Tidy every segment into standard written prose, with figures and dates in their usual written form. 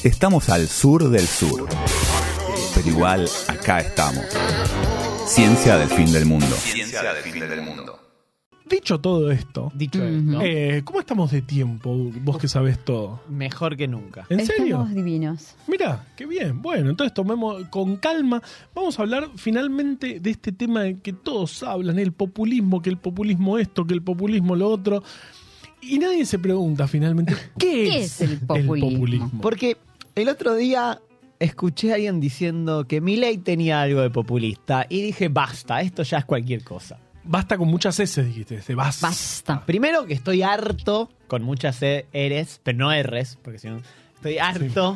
Estamos al sur del sur, pero igual acá estamos. Ciencia del fin del mundo. Ciencia del fin del mundo. Dicho todo esto, ¿cómo estamos de tiempo? Vos que sabés todo. Mejor que nunca. ¿En serio? Estamos divinos. Mirá, qué bien. Bueno, entonces tomemos con calma. Vamos a hablar finalmente de este tema de que todos hablan, el populismo, que el populismo esto, que el populismo lo otro. Y nadie se pregunta finalmente, ¿qué es el populismo? Porque el otro día escuché a alguien diciendo que Milei tenía algo de populista y dije, basta, esto ya es cualquier cosa. Basta con muchas S, dijiste. Basta. Primero que estoy harto, con muchas R's, pero no R's, porque si no, estoy harto,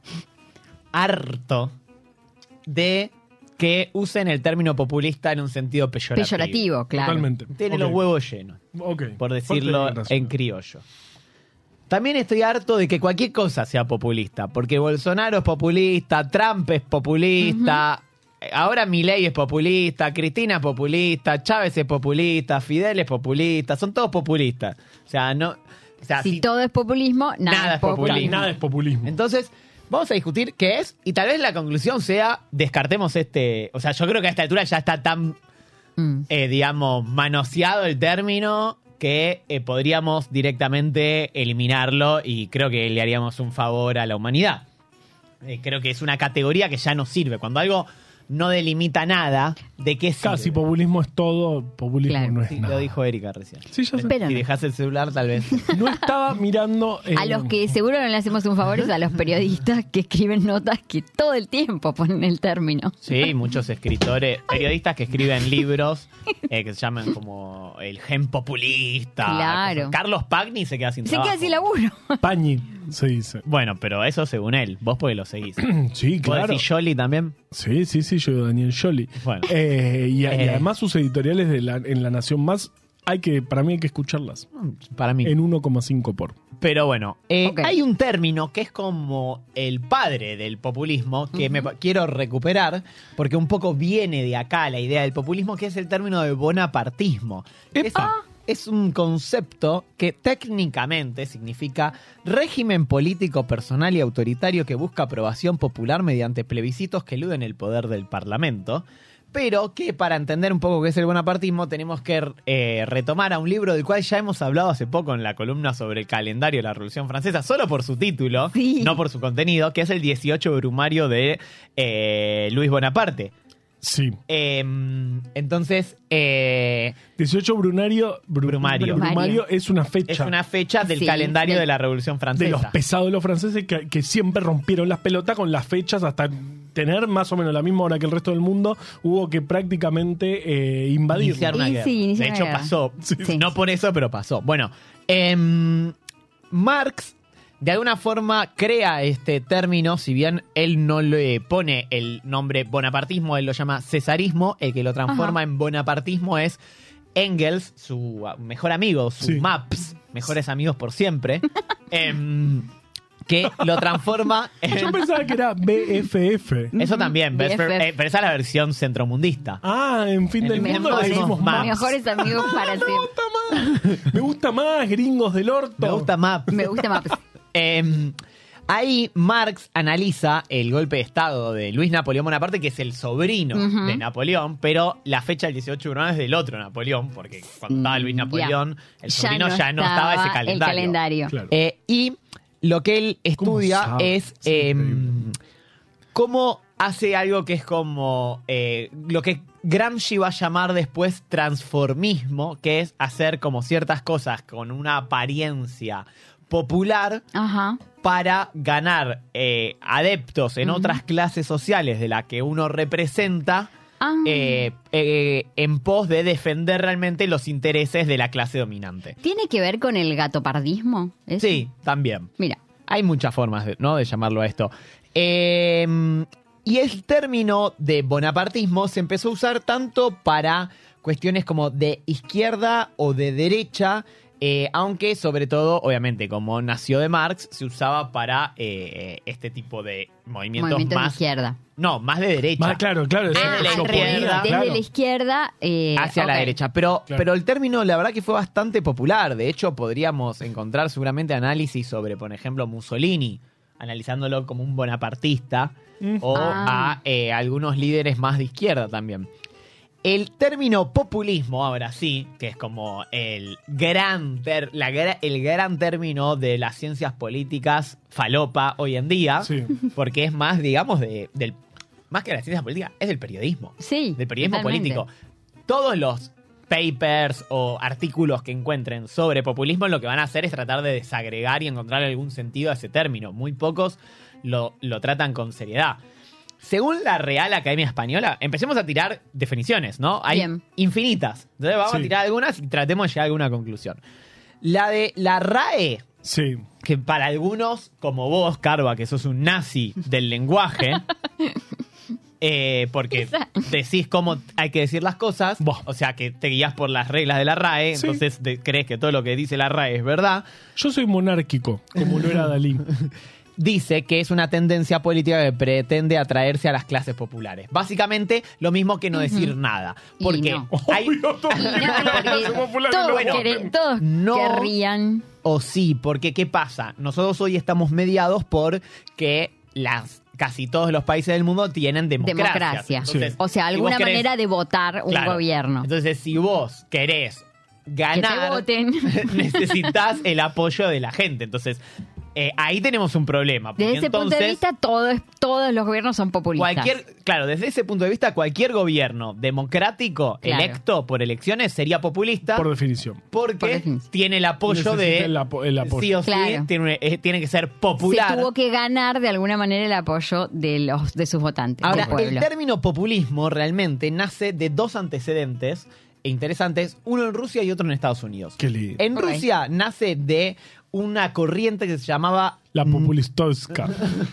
harto de que usen el término populista en un sentido peyorativo. Peyorativo, claro. Totalmente. Tiene los huevos llenos, por decirlo en criollo. También estoy harto de que cualquier cosa sea populista, porque Bolsonaro es populista, Trump es populista, ahora Milei es populista, Cristina es populista, Chávez es populista, Fidel es populista, son todos populistas. O sea, no, o sea, si todo es populismo, nada es populismo. Nada es populismo. Entonces, vamos a discutir qué es y tal vez la conclusión sea, descartemos este... O sea, yo creo que a esta altura ya está tan, digamos, manoseado el término que podríamos directamente eliminarlo y creo que le haríamos un favor a la humanidad. Creo que es una categoría que ya no sirve. Cuando algo no delimita nada, ¿de qué sirve? Casi populismo es todo, populismo Claro. no es Sí, nada. lo dijo Erika recién. Sí, ya sé. Pero Si dejas el celular, tal vez. No estaba mirando... a los que seguro no le hacemos un favor es a los periodistas que escriben notas que todo el tiempo ponen el término. Sí, muchos escritores, periodistas que escriben libros que se llaman como el gen populista. Claro. Cosas. Carlos Pagni se queda sin Se trabajo. queda sin laburo. Pañi, se dice. Bueno, pero eso según él. Vos porque lo seguís. Sí, ¿Vos claro. decís Yoli también? Sí, yo Daniel Scioli. Bueno. Y además sus editoriales en La Nación Más, para mí hay que escucharlas. Para mí. En 1,5 por. Pero bueno, Ok. hay un término que es como el padre del populismo que me quiero recuperar porque un poco viene de acá la idea del populismo, que es el término de bonapartismo. Es un concepto que técnicamente significa régimen político personal y autoritario que busca aprobación popular mediante plebiscitos que eluden el poder del Parlamento. Pero que para entender un poco qué es el bonapartismo tenemos que retomar a un libro del cual ya hemos hablado hace poco en la columna sobre el calendario de la Revolución Francesa, solo por su título, Sí. no por su contenido, que es el 18 Brumario de Luis Bonaparte. Sí. Entonces, 18 Brumario es una fecha. es una fecha del Sí, calendario del- de la Revolución Francesa. de los pesados de los franceses que siempre rompieron las pelotas con las fechas hasta tener más o menos la misma hora que el resto del mundo. Hubo que prácticamente invadir. Iniciar una Y guerra. sí, iniciar de una hecho, guerra. pasó. Sí. No por eso, pero pasó. Bueno, Marx, de alguna forma, crea este término, si bien él no le pone el nombre bonapartismo, él lo llama cesarismo, el que lo transforma en bonapartismo es Engels, su mejor amigo, su Sí. MAPS, mejores amigos por siempre, que lo transforma en... Yo pensaba que era BFF. Eso también, BFF. pero esa es la versión centromundista. Ah, en fin del mundo le decimos Maps. más. Mejores amigos para siempre. Me gusta más, gringos del orto. Me gusta MAPS. Me gusta más. Ahí Marx analiza el golpe de estado de Luis Napoleón Bonaparte, que es el sobrino de Napoleón, pero la fecha del 18 de Brumario es del otro Napoleón, porque cuando estaba Luis Napoleón, el sobrino ya no estaba ese calendario. El calendario. Claro. Y lo que él estudia sabes? es Es increíble. cómo hace algo que es como lo que Gramsci va a llamar después transformismo, que es hacer como ciertas cosas con una apariencia popular Ajá. para ganar adeptos en otras clases sociales de la que uno representa Ah. en pos de defender realmente los intereses de la clase dominante. ¿Tiene que ver con el gatopardismo? ¿Eso? Sí, también. Mira. Hay muchas formas de llamarlo a esto. Y el término de bonapartismo se empezó a usar tanto para cuestiones como de izquierda o de derecha, aunque sobre todo, obviamente, como nació de Marx, se usaba para este tipo de movimientos Movimiento de más... izquierda. No, más de derecha. Más claro. Desde Ah, la al izquierda, revés, desde claro. la izquierda hacia la ok. derecha. Pero Claro. el término, la verdad que fue bastante popular. De hecho, podríamos encontrar seguramente análisis sobre, por ejemplo, Mussolini analizándolo como un bonapartista, o a algunos líderes más de izquierda también. El término populismo, ahora sí, que es como el gran término de las ciencias políticas falopa hoy en día, Sí. porque es más, digamos, más que la ciencia política, es del periodismo. Sí, Del periodismo totalmente. político. Todos los papers o artículos que encuentren sobre populismo lo que van a hacer es tratar de desagregar y encontrar algún sentido a ese término. Muy pocos lo tratan con seriedad. Según la Real Academia Española, empecemos a tirar definiciones, ¿no? Hay Bien. infinitas. Entonces vamos a Sí. tirar algunas y tratemos de llegar a alguna conclusión. La de la RAE, Sí. que para algunos, como vos, Carva, que sos un nazi del lenguaje, porque decís cómo hay que decir las cosas, Buah. o sea, que te guías por las reglas de la RAE, Sí. entonces crees que todo lo que dice la RAE es verdad. Yo soy monárquico, como lo era Dalí. Dice que es una tendencia política que pretende atraerse a las clases populares. Básicamente, lo mismo que no decir nada. Y Porque no. hay... Obvio, todo Y no, el mundo porque es popular y todos, no Bueno, voten. todos no. querrían. O sí, porque ¿qué pasa? Nosotros hoy estamos mediados por que casi todos los países del mundo tienen democracia. Democracia. O sea, alguna manera de votar un gobierno. Entonces, si vos querés ganar, Que te voten. necesitas el apoyo de la gente. Entonces, ahí tenemos un problema. Porque Desde ese punto de entonces, vista, todos los gobiernos son populistas. desde ese punto de vista, cualquier gobierno democrático Claro. electo por elecciones sería populista Por definición. porque por definición. tiene el apoyo Necesita de... el apoyo. Sí o sí, Claro. tiene que ser popular. Se tuvo que ganar de alguna manera el apoyo de sus votantes. Ahora, del pueblo. el término populismo realmente nace de dos antecedentes interesantes, uno en Rusia y otro en Estados Unidos. Qué lindo. En Ok. Rusia nace de una corriente que se llamaba La populistovska.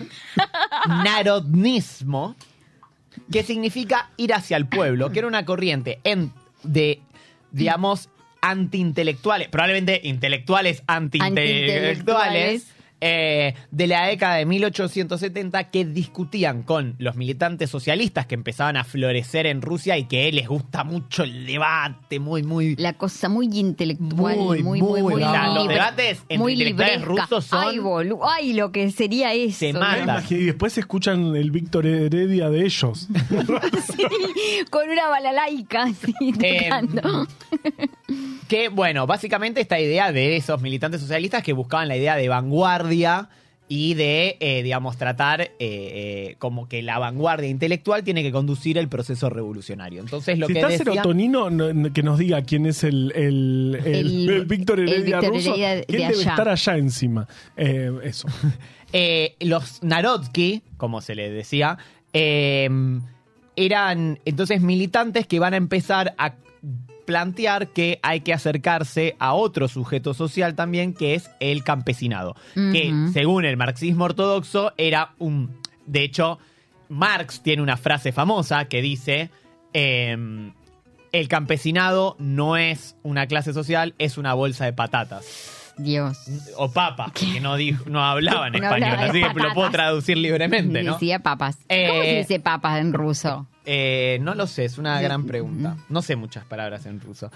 narodnismo, que significa ir hacia el pueblo, que era una corriente de, digamos, antiintelectuales, probablemente intelectuales antiintelectuales, de la década de 1870 que discutían con los militantes socialistas que empezaban a florecer en Rusia y que les gusta mucho el debate, muy... La cosa muy intelectual, muy o sea, los libre, debates entre muy intelectuales libresca. rusos son... Ay, lo que sería eso. Se ¿no? mata. Y después escuchan el Víctor Heredia de ellos. Sí, con una balalaica así tocando. Que, bueno, básicamente esta idea de esos militantes socialistas que buscaban la idea de vanguardia y de, digamos, tratar como que la vanguardia intelectual tiene que conducir el proceso revolucionario. Entonces, lo Si que está decía... Serotonino, que nos diga quién es el Víctor Heredia Víctor ruso. Heredia ¿Quién de debe allá? estar allá encima? Eso. Los Narodsky, como se les decía, eran entonces militantes que van a empezar a plantear que hay que acercarse a otro sujeto social también, que es el campesinado. Que, según el marxismo ortodoxo, era un... De hecho, Marx tiene una frase famosa que dice... el campesinado no es una clase social, es una bolsa de patatas. Dios. O papas, que no hablaba en No español, hablaba de así que lo puedo patatas. traducir libremente, ¿no? Decía papas. ¿Cómo se dice papas en ruso? No lo sé, es una gran pregunta. No sé muchas palabras en ruso.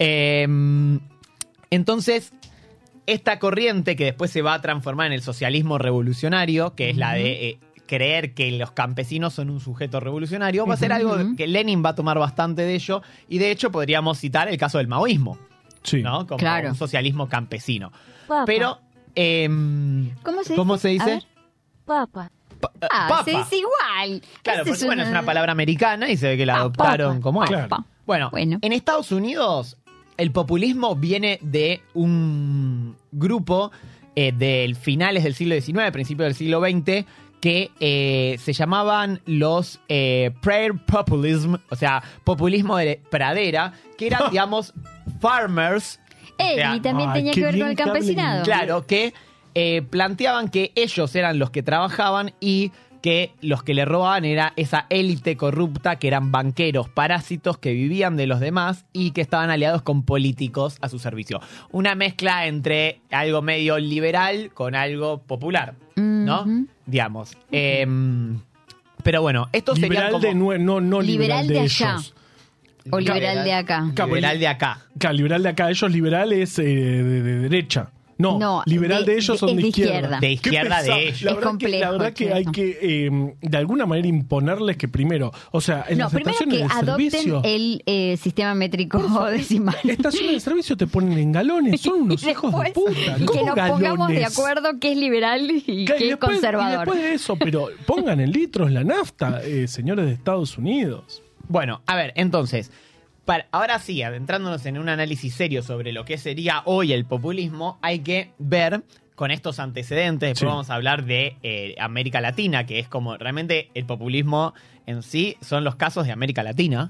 Entonces, esta corriente que después se va a transformar en el socialismo revolucionario, que es la de creer que los campesinos son un sujeto revolucionario, va a ser algo que Lenin va a tomar bastante de ello, y de hecho podríamos citar el caso del maoísmo, Sí. ¿no? Como Claro. un socialismo campesino. Papa. Pero, ¿Cómo se dice? A ver. Papa. Papa. Se dice igual. Claro, Ese porque bueno, es una palabra americana y se ve que la adoptaron como es. Claro. Bueno, Bueno. en Estados Unidos el populismo viene de un grupo del finales del siglo XIX, principios del siglo XX, que se llamaban los Prairie Populism, o sea, populismo de pradera, que eran, digamos, farmers. o sea, Y también Ay, tenía qué que ver con bien el que hablen campesinado. claro, que planteaban que ellos eran los que trabajaban y que los que le robaban era esa élite corrupta que eran banqueros parásitos que vivían de los demás y que estaban aliados con políticos a su servicio. Una mezcla entre algo medio liberal con algo popular, ¿no? Digamos. Pero bueno, esto sería Liberal como... de no liberal Liberal de de allá. ellos. O liberal de acá. Liberal de acá. Claro, liberal de acá. Ellos liberales de derecha. No, liberal de ellos son de izquierda. De izquierda Qué pesado. de ellos. La Es verdad complejo, la verdad que eso. hay que, de alguna manera, imponerles que primero, o sea, en las Primero estaciones que de adopten servicio... el sistema métrico decimal. Estaciones de servicio te ponen en galones, son unos Y hijos de después- puta. Y que ¿Cómo nos galones? pongamos de acuerdo qué es liberal y qué es Y conservador. después de eso, pero pongan en litros la nafta, señores de Estados Unidos. Bueno, a ver, entonces, ahora sí, adentrándonos en un análisis serio sobre lo que sería hoy el populismo, hay que ver con estos antecedentes, después Sí. vamos a hablar de América Latina, que es como realmente el populismo en sí son los casos de América Latina.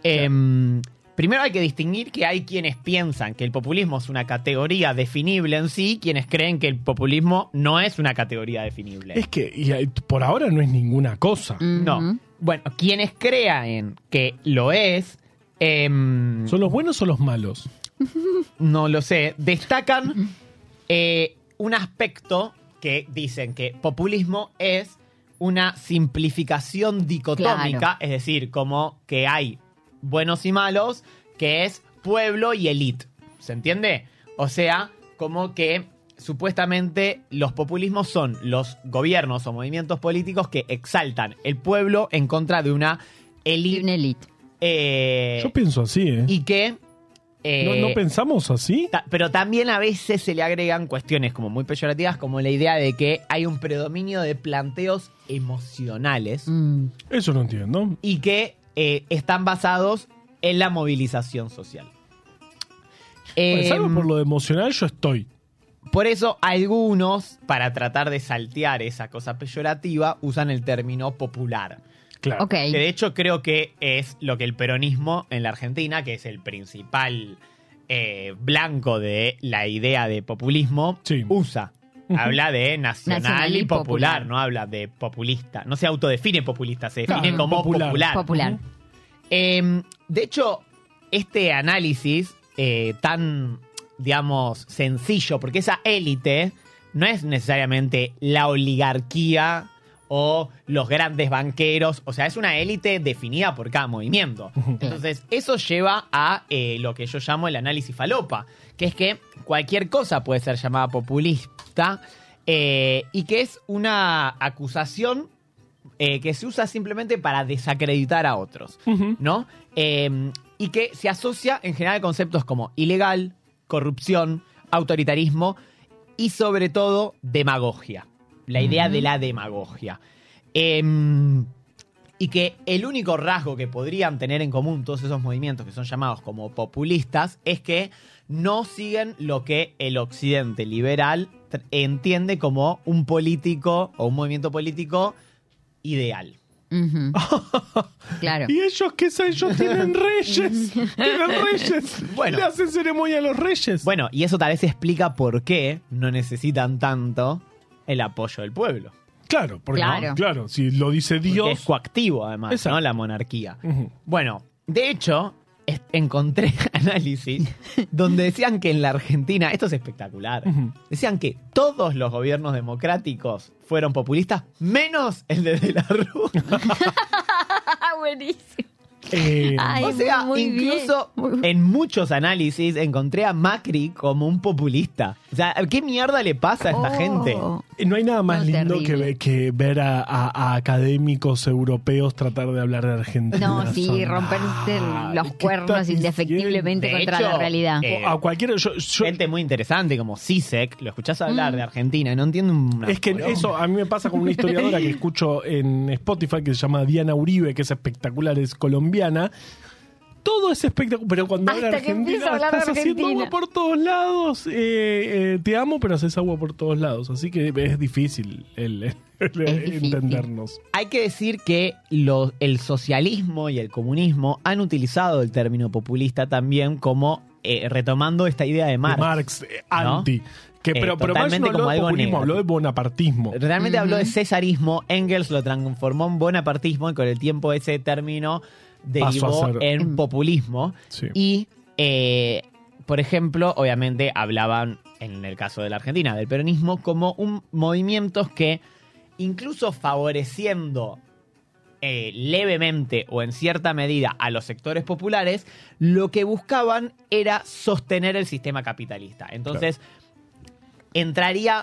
Primero hay que distinguir que hay quienes piensan que el populismo es una categoría definible en sí, quienes creen que el populismo no es una categoría definible. Es que por ahora no es ninguna cosa. No. Bueno, quienes crean que lo es, ¿Son los buenos o los malos? no lo sé, destacan un aspecto que dicen que populismo es una simplificación dicotómica, Claro. es decir, como que hay buenos y malos, que es pueblo y élite. ¿Se entiende? O sea, como que supuestamente los populismos son los gobiernos o movimientos políticos que exaltan el pueblo en contra de una Y élite. una elite. Yo pienso así, ¿eh? Y que... ¿No pensamos así? Pero también a veces se le agregan cuestiones como muy peyorativas, como la idea de que hay un predominio de planteos emocionales Eso no entiendo. y que están basados en la movilización social. Salvo por lo de emocional, yo estoy. Por eso algunos, para tratar de saltear esa cosa peyorativa, usan el término popular. Claro. Ok. Que de hecho creo que es lo que el peronismo en la Argentina, que es el principal blanco de la idea de populismo, Sí. usa. Habla de nacional y popular, no habla de populista. No se autodefine populista, se define Claro, como popular. popular. Popular. De hecho, este análisis tan, digamos, sencillo, porque esa élite no es necesariamente la oligarquía o los grandes banqueros, o sea, es una élite definida por cada movimiento. Entonces, eso lleva a lo que yo llamo el análisis falopa, que es que cualquier cosa puede ser llamada populista y que es una acusación que se usa simplemente para desacreditar a otros, ¿no? Y que se asocia en general a conceptos como ilegal, corrupción, autoritarismo y sobre todo demagogia. La idea de la demagogia. Y que el único rasgo que podrían tener en común todos esos movimientos que son llamados como populistas es que no siguen lo que el occidente liberal entiende como un político o un movimiento político ideal. Ujú. Claro. ¿Y ellos qué saben? Ellos tienen reyes. Tienen reyes. Bueno. Le hacen ceremonia a los reyes. Bueno, y eso tal vez explica por qué no necesitan tanto el apoyo del pueblo. Claro, porque Claro. si lo dice Porque Dios. es coactivo, además, Exacto. ¿no? La monarquía. Ujú. Bueno, de hecho, encontré análisis donde decían que en la Argentina, esto es espectacular, Ujú. decían que todos los gobiernos democráticos fueron populistas, menos el de la Rúa. Buenísimo. Ay, O sea, muy incluso bien. Muy- en muchos análisis encontré a Macri como un populista. O sea, ¿qué mierda le pasa a esta Oh. gente? No hay nada más No, lindo terrible. que ver a académicos europeos tratar de hablar de Argentina. No, sí, Son- romperse los ¿qué cuernos estás indefectiblemente De contra hecho, la realidad. diciendo? A cualquiera. Yo- Gente muy interesante como Zizek, lo escuchás hablar de Argentina y no entiendo una es que poronga. eso a mí me pasa con una historiadora que escucho en Spotify que se llama Diana Uribe, que es espectacular, es colombiana. Todo es espectacular, pero cuando habla Hasta que empieza a Argentina hablar de estás haciendo Argentina. agua por todos lados. Te amo, pero haces agua por todos lados. Así que es difícil difícil. entendernos. Hay que decir que el socialismo y el comunismo han utilizado el término populista también como retomando esta idea de De Marx. Marx, anti. Que, pero Marx no totalmente habló como de algo populismo, negativo. habló de bonapartismo. Realmente habló de cesarismo, Engels lo transformó en bonapartismo y con el tiempo ese término derivó a ser- en populismo. Sí. Y, por ejemplo, obviamente hablaban, en el caso de la Argentina, del peronismo como movimientos que, incluso favoreciendo levemente o en cierta medida a los sectores populares, lo que buscaban era sostener el sistema capitalista. Entonces, entraría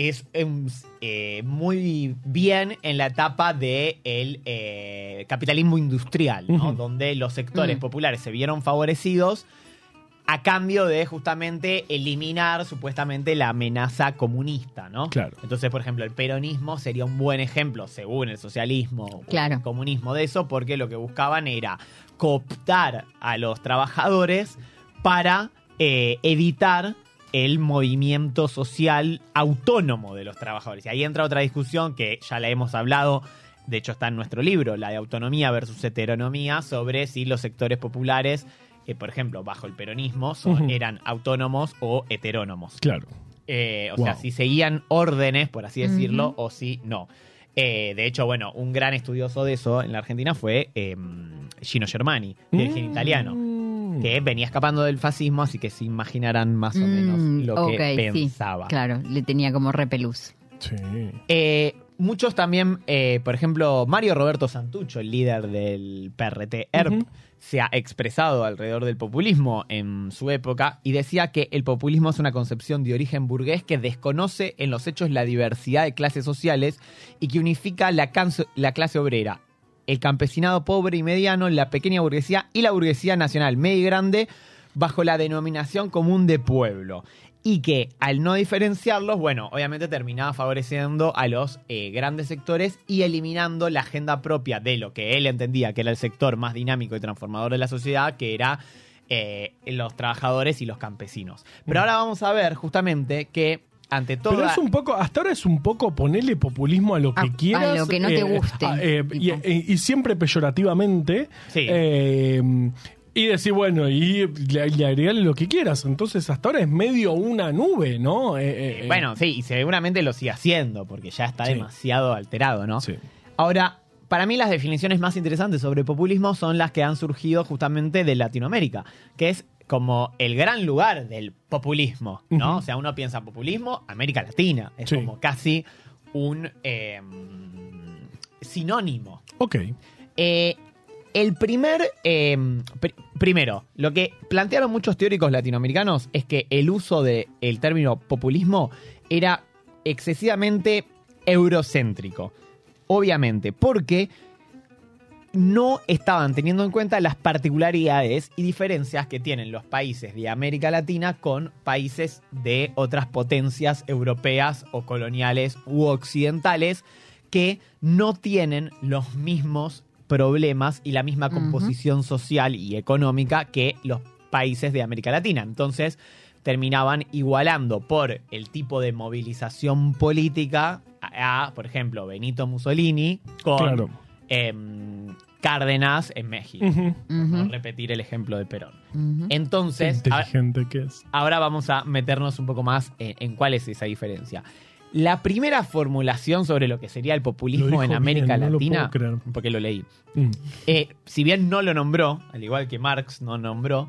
muy bien en la etapa del capitalismo industrial, ¿no? Donde los sectores populares se vieron favorecidos a cambio de justamente eliminar supuestamente la amenaza comunista, ¿no? Claro. Entonces, por ejemplo, el peronismo sería un buen ejemplo, según el socialismo Claro. o el comunismo, de eso, porque lo que buscaban era cooptar a los trabajadores para evitar el movimiento social autónomo de los trabajadores. Y ahí entra otra discusión que ya la hemos hablado, de hecho está en nuestro libro, la de autonomía versus heteronomía, sobre si los sectores populares, por ejemplo, bajo el peronismo, eran autónomos o heterónomos. Claro. O sea, si seguían órdenes, por así decirlo, o si no. De hecho, bueno, un gran estudioso de eso en la Argentina fue Gino Germani, Virgen italiano, que venía escapando del fascismo, así que se imaginarán más o menos lo que pensaba. Sí, claro, le tenía como repelús. Sí. Muchos también, por ejemplo, Mario Roberto Santucho, el líder del PRT-ERP, se ha expresado alrededor del populismo en su época y decía que el populismo es una concepción de origen burgués que desconoce en los hechos la diversidad de clases sociales y que unifica la clase obrera, el campesinado pobre y mediano, la pequeña burguesía y la burguesía nacional media y grande bajo la denominación común de pueblo. Y que al no diferenciarlos, bueno, obviamente terminaba favoreciendo a los grandes sectores y eliminando la agenda propia de lo que él entendía que era el sector más dinámico y transformador de la sociedad, que era los trabajadores y los campesinos. Pero ahora vamos a ver justamente que ante todo... Pero es un poco, hasta ahora es un poco ponerle populismo a lo que quieras. A lo que no te guste. Y siempre peyorativamente. Sí. Y decir, bueno, y le agregarle lo que quieras. Entonces, hasta ahora es medio una nube, ¿no? Bueno, sí, y seguramente lo sigue haciendo, porque ya está demasiado alterado, ¿no? Sí. Ahora, para mí las definiciones más interesantes sobre populismo son las que han surgido justamente de Latinoamérica, que es como el gran lugar del populismo, ¿no? O sea, uno piensa populismo, América Latina. Es como casi un sinónimo. Ok. El primero, lo que plantearon muchos teóricos latinoamericanos es que el uso del término populismo era excesivamente eurocéntrico. Obviamente, porque no estaban teniendo en cuenta las particularidades y diferencias que tienen los países de América Latina con países de otras potencias europeas o coloniales u occidentales que no tienen los mismos problemas y la misma composición social y económica que los países de América Latina. Entonces terminaban igualando por el tipo de movilización política a, por ejemplo, Benito Mussolini con Cárdenas en México. No repetir el ejemplo de Perón. Entonces, Qué inteligente que es. ahora vamos a meternos un poco más en cuál es esa diferencia. La primera formulación sobre lo que sería el populismo en América Latina, no lo puedo creer. porque lo leí, si bien no lo nombró, al igual que Marx no nombró,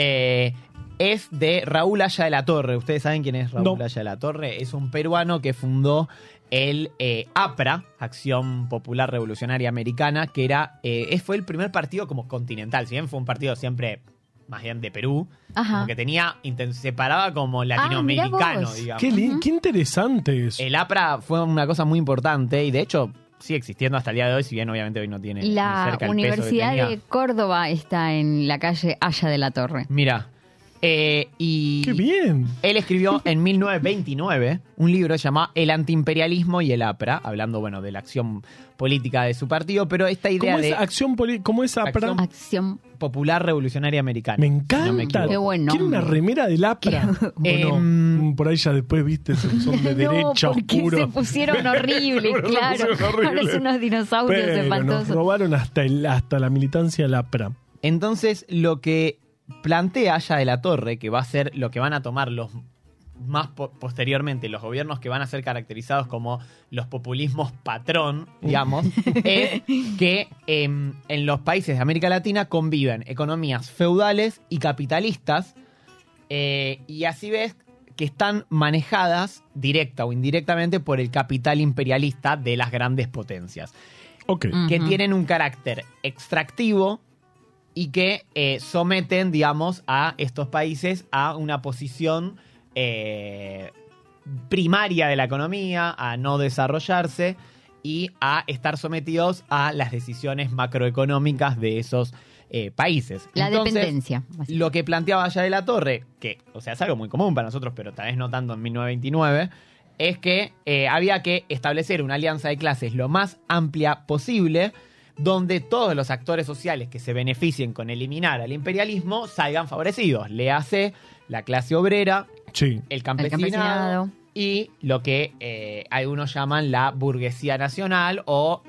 es de Raúl Haya de la Torre. ¿Ustedes saben quién es Raúl Haya de la Torre? Es un peruano que fundó el APRA, Acción Popular Revolucionaria Americana, que era fue el primer partido como continental. Si bien fue un partido siempre más bien de Perú, como que se paraba como latinoamericano, digamos. Qué interesante eso. El APRA fue una cosa muy importante y de hecho sigue existiendo hasta el día de hoy, si bien obviamente hoy no tiene ni La cerca el Universidad peso que de Córdoba está en la calle Haya de la Torre. Mira, y ¡Qué bien! él escribió en 1929 un libro llamado El antiimperialismo y el APRA, hablando, bueno, de la acción política de su partido, pero esta idea ¿Cómo es APRA? Acción Popular Revolucionaria Americana. Me encanta. Si no me equivoco. Qué bueno. ¿Quiere una remera del APRA? Por ahí ya después, viste, son de derecha, porque oscuro. se pusieron horribles, claro. Ahora son unos dinosaurios Pero espantosos. nos robaron hasta la militancia del APRA. Entonces, lo que plantea Haya de la Torre, que va a ser lo que van a tomar los más posteriormente los gobiernos que van a ser caracterizados como los populismos patrón, digamos, es que en los países de América Latina conviven economías feudales y capitalistas, y así ves que están manejadas directa o indirectamente por el capital imperialista de las grandes potencias, que tienen un carácter extractivo y que someten, digamos, a estos países a una posición primaria de la economía, a no desarrollarse y a estar sometidos a las decisiones macroeconómicas de esos países. La Entonces, dependencia. lo que planteaba Allá de la Torre, que, o sea, es algo muy común para nosotros, pero tal vez no tanto en 1929, es que había que establecer una alianza de clases lo más amplia posible, donde todos los actores sociales que se beneficien con eliminar al imperialismo salgan favorecidos. Léase la clase obrera, Sí. el campesinado y lo que algunos llaman la burguesía nacional o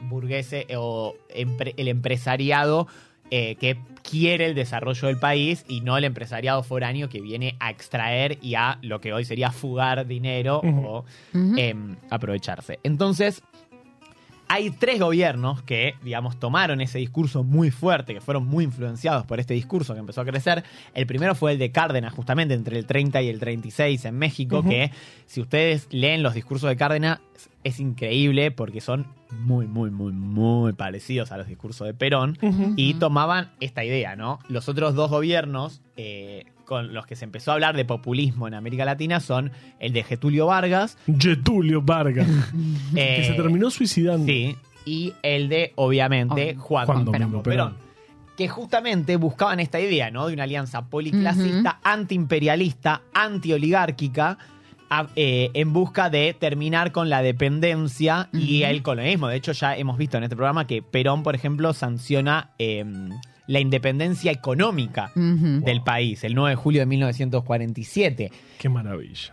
el empresariado que quiere el desarrollo del país y no el empresariado foráneo que viene a extraer y a lo que hoy sería fugar dinero o aprovecharse. Entonces, hay 3 gobiernos que, digamos, tomaron ese discurso muy fuerte, que fueron muy influenciados por este discurso que empezó a crecer. El primero fue el de Cárdenas, justamente entre el 30 y el 36 en México, que si ustedes leen los discursos de Cárdenas, es increíble porque son muy, muy, muy, muy parecidos a los discursos de Perón y tomaban esta idea, ¿no? Los otros 2 gobiernos con los que se empezó a hablar de populismo en América Latina son el de Getulio Vargas. Getulio Vargas. Que se terminó suicidando. Sí, y el de, obviamente, Juan Domingo Perón. Que justamente buscaban esta idea, ¿no? De una alianza policlasista, antiimperialista, antioligárquica, en busca de terminar con la dependencia y el colonialismo. De hecho, ya hemos visto en este programa que Perón, por ejemplo, sanciona la independencia económica del país, el 9 de julio de 1947. Qué maravilla.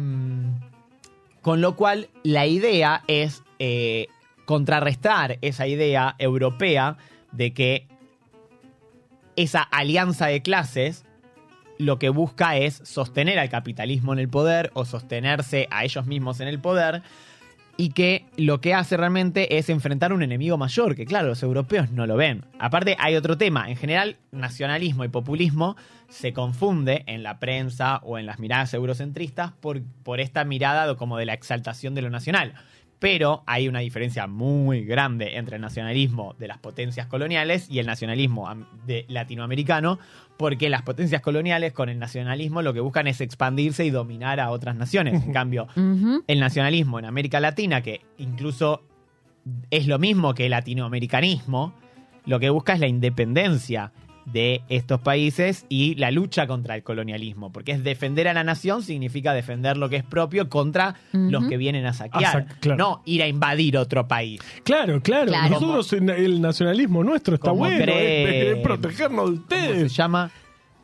Con lo cual, la idea es contrarrestar esa idea europea de que esa alianza de clases lo que busca es sostener al capitalismo en el poder o sostenerse a ellos mismos en el poder, y que lo que hace realmente es enfrentar un enemigo mayor, que claro, los europeos no lo ven. Aparte hay otro tema, en general nacionalismo y populismo se confunde en la prensa o en las miradas eurocentristas por esta mirada como de la exaltación de lo nacional. Pero hay una diferencia muy grande entre el nacionalismo de las potencias coloniales y el nacionalismo latinoamericano, porque las potencias coloniales con el nacionalismo lo que buscan es expandirse y dominar a otras naciones. En cambio, el nacionalismo en América Latina, que incluso es lo mismo que el latinoamericanismo, lo que busca es la independencia de estos países y la lucha contra el colonialismo, porque es defender a la nación, significa defender lo que es propio contra los que vienen a saquear, claro. no ir a invadir otro país. Claro. Nosotros, el nacionalismo nuestro está Como bueno, cree- es protegernos de ¿Cómo se ustedes. llama?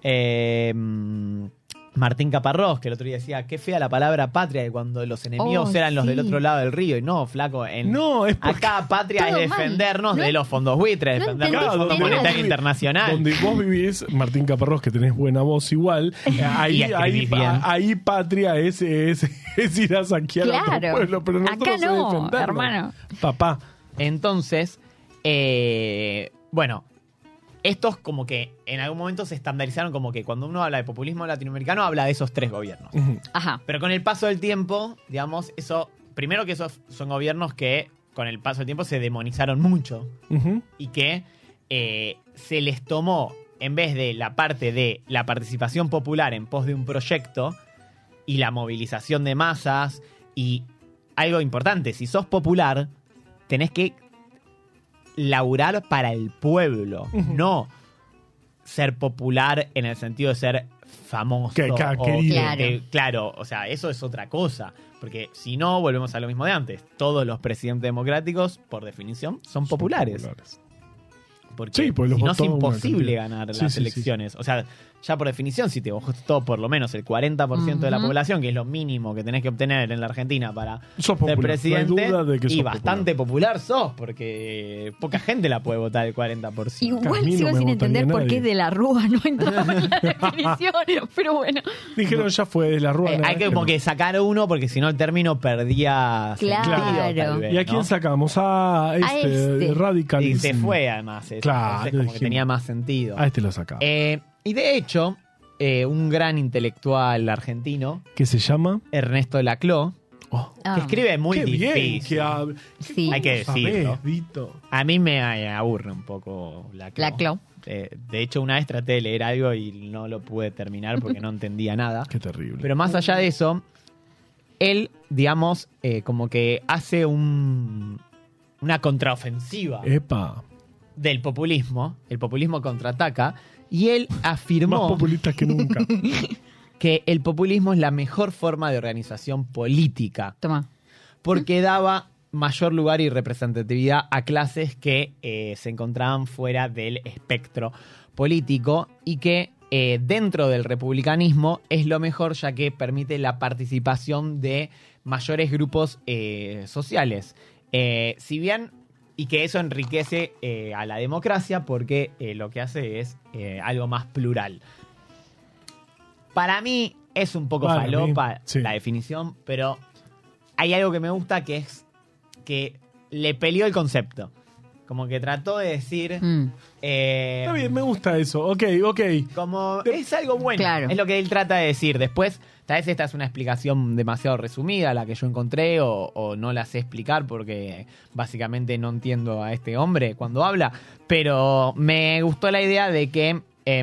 Martín Caparrós, que el otro día decía, qué fea la palabra patria, que cuando los enemigos eran los del otro lado del río. Y no, flaco, No, es porque- acá patria Todo es mal. defendernos No de los fondos buitres, no defendernos del entendiste Fondo nada. Monetario Internacional. Donde vos vivís, Martín Caparrós, que tenés buena voz igual, Y escribís bien. ahí patria es ir a saquear a otro Claro. pueblo, pero nosotros Acá es no, defendernos. hermano. Papá. Entonces, bueno, estos como que en algún momento se estandarizaron como que cuando uno habla de populismo latinoamericano habla de esos 3 gobiernos. Ajá. Pero con el paso del tiempo, digamos, primero que esos son gobiernos que con el paso del tiempo se demonizaron mucho y que se les tomó, en vez de la parte de la participación popular en pos de un proyecto y la movilización de masas, y algo importante, si sos popular, tenés que laburar para el pueblo, no ser popular en el sentido de ser famoso. Querido. Claro, o sea, eso es otra cosa. Porque si no, volvemos a lo mismo de antes. Todos los presidentes democráticos, por definición, son populares. Porque Sí, pues los si no es votó una imposible cantidad. ganar Sí, las sí, elecciones. O sea, ya por definición, si te votó por lo menos el 40% de la población, que es lo mínimo que tenés que obtener en la Argentina para Sos ser popular, presidente, no hay duda de que y sos bastante popular sos, porque poca gente la puede votar el 40%. Igual Camilo sigo me sin votaría entender por nadie. qué de la Rúa no entraba en la definición, pero bueno. Dijeron ya fue de la rueda. Hay que como que sacar uno porque si no el término perdía Claro. sentido, tal vez, ¿Y a quién ¿no? sacamos? A este, este. radicalismo. Y se fue además eso. Claro, Entonces como que dijimos. tenía más sentido. A este lo sacamos. Y de hecho, un gran intelectual argentino, ¿Qué se llama? Ernesto Laclau, Oh, Ah. que escribe muy qué difícil. bien que habla. Sí. Hay que decirlo. Sabés, Vito. A mí me aburre un poco Laclau. Laclau. De hecho, una vez traté de leer algo y no lo pude terminar porque no entendía nada. Qué terrible. Pero más allá de eso, él, digamos, como que hace una contraofensiva Epa. del populismo. El populismo contraataca. Y él afirmó Más populistas que nunca. que el populismo es la mejor forma de organización política. Toma. Porque daba mayor lugar y representatividad a clases que se encontraban fuera del espectro político y que dentro del republicanismo es lo mejor, ya que permite la participación de mayores grupos sociales. Si bien, y que eso enriquece a la democracia porque lo que hace es algo más plural. Para mí es un poco falopa sí. la definición, pero hay algo que me gusta, que es que le peleó el concepto. Como que trató de decir... Está bien, me gusta eso. Ok. Como es algo bueno. Claro. Es lo que él trata de decir. Después, tal vez esta es una explicación demasiado resumida, la que yo encontré, o no la sé explicar porque básicamente no entiendo a este hombre cuando habla. Pero me gustó la idea de que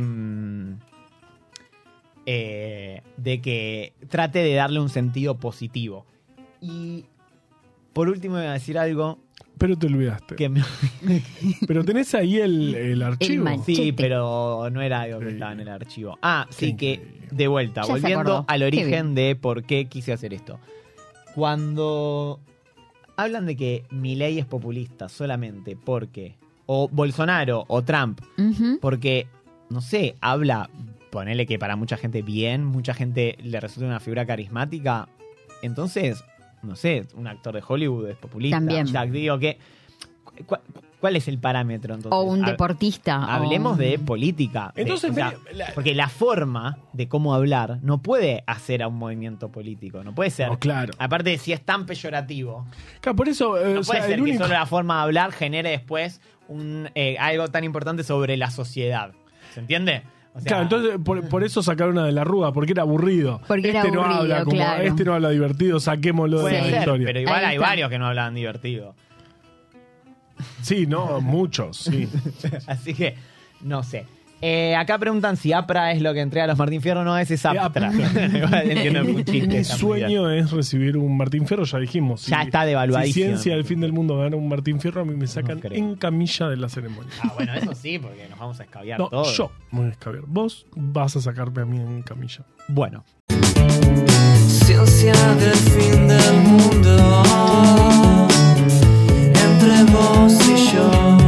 trate de darle un sentido positivo. Y por último voy a decir algo Pero te olvidaste. que me... Pero tenés ahí el archivo. machete. Sí, pero no era algo que estaba en el archivo. Ah, sí, Qué que increíble. de vuelta, Ya se volviendo acordó. al Qué origen bien. de por qué quise hacer esto. Cuando hablan de que Milei es populista solamente porque, o Bolsonaro o Trump, Ujú. porque, no sé, habla, ponele que para mucha gente bien, mucha gente le resulta una figura carismática, entonces, no sé, un actor de Hollywood es populista. También. O sea, digo que, ¿cuál es el parámetro entonces? O un deportista. Hablemos o- de política. Entonces, O sea, porque la forma de cómo hablar no puede hacer a un movimiento político. No puede ser. No, claro. Aparte, si es tan peyorativo, Claro, por eso, no o puede sea, ser el que único... solo la forma de hablar genere después algo tan importante sobre la sociedad. ¿Se entiende? O sea, Claro, entonces por eso sacaron a De la Rúa, porque era aburrido. Porque era no aburrido, habla como, claro. este no habla divertido, saquémoslo de puede la ser, historia. pero igual Ahí hay está. varios que no hablan divertido. Sí, no, muchos, sí. Así que, no sé. Acá preguntan si APRA es lo que entrega a los Martín Fierro. No, ese es APRA. Igual entiendo que fue un chiste. Mi está muy sueño es recibir un Martín Fierro, ya dijimos. Ya está devaluadísimo. Si Ciencia del Fin del Mundo gana un Martín Fierro, a mí me sacan creo. en camilla de la ceremonia. bien. Bueno, eso sí, porque nos vamos a escabiar No, todo. yo me voy a escabiar. Vos vas a sacarme a mí en camilla. Bueno, Ciencia del fin del mundo, entre vos y yo.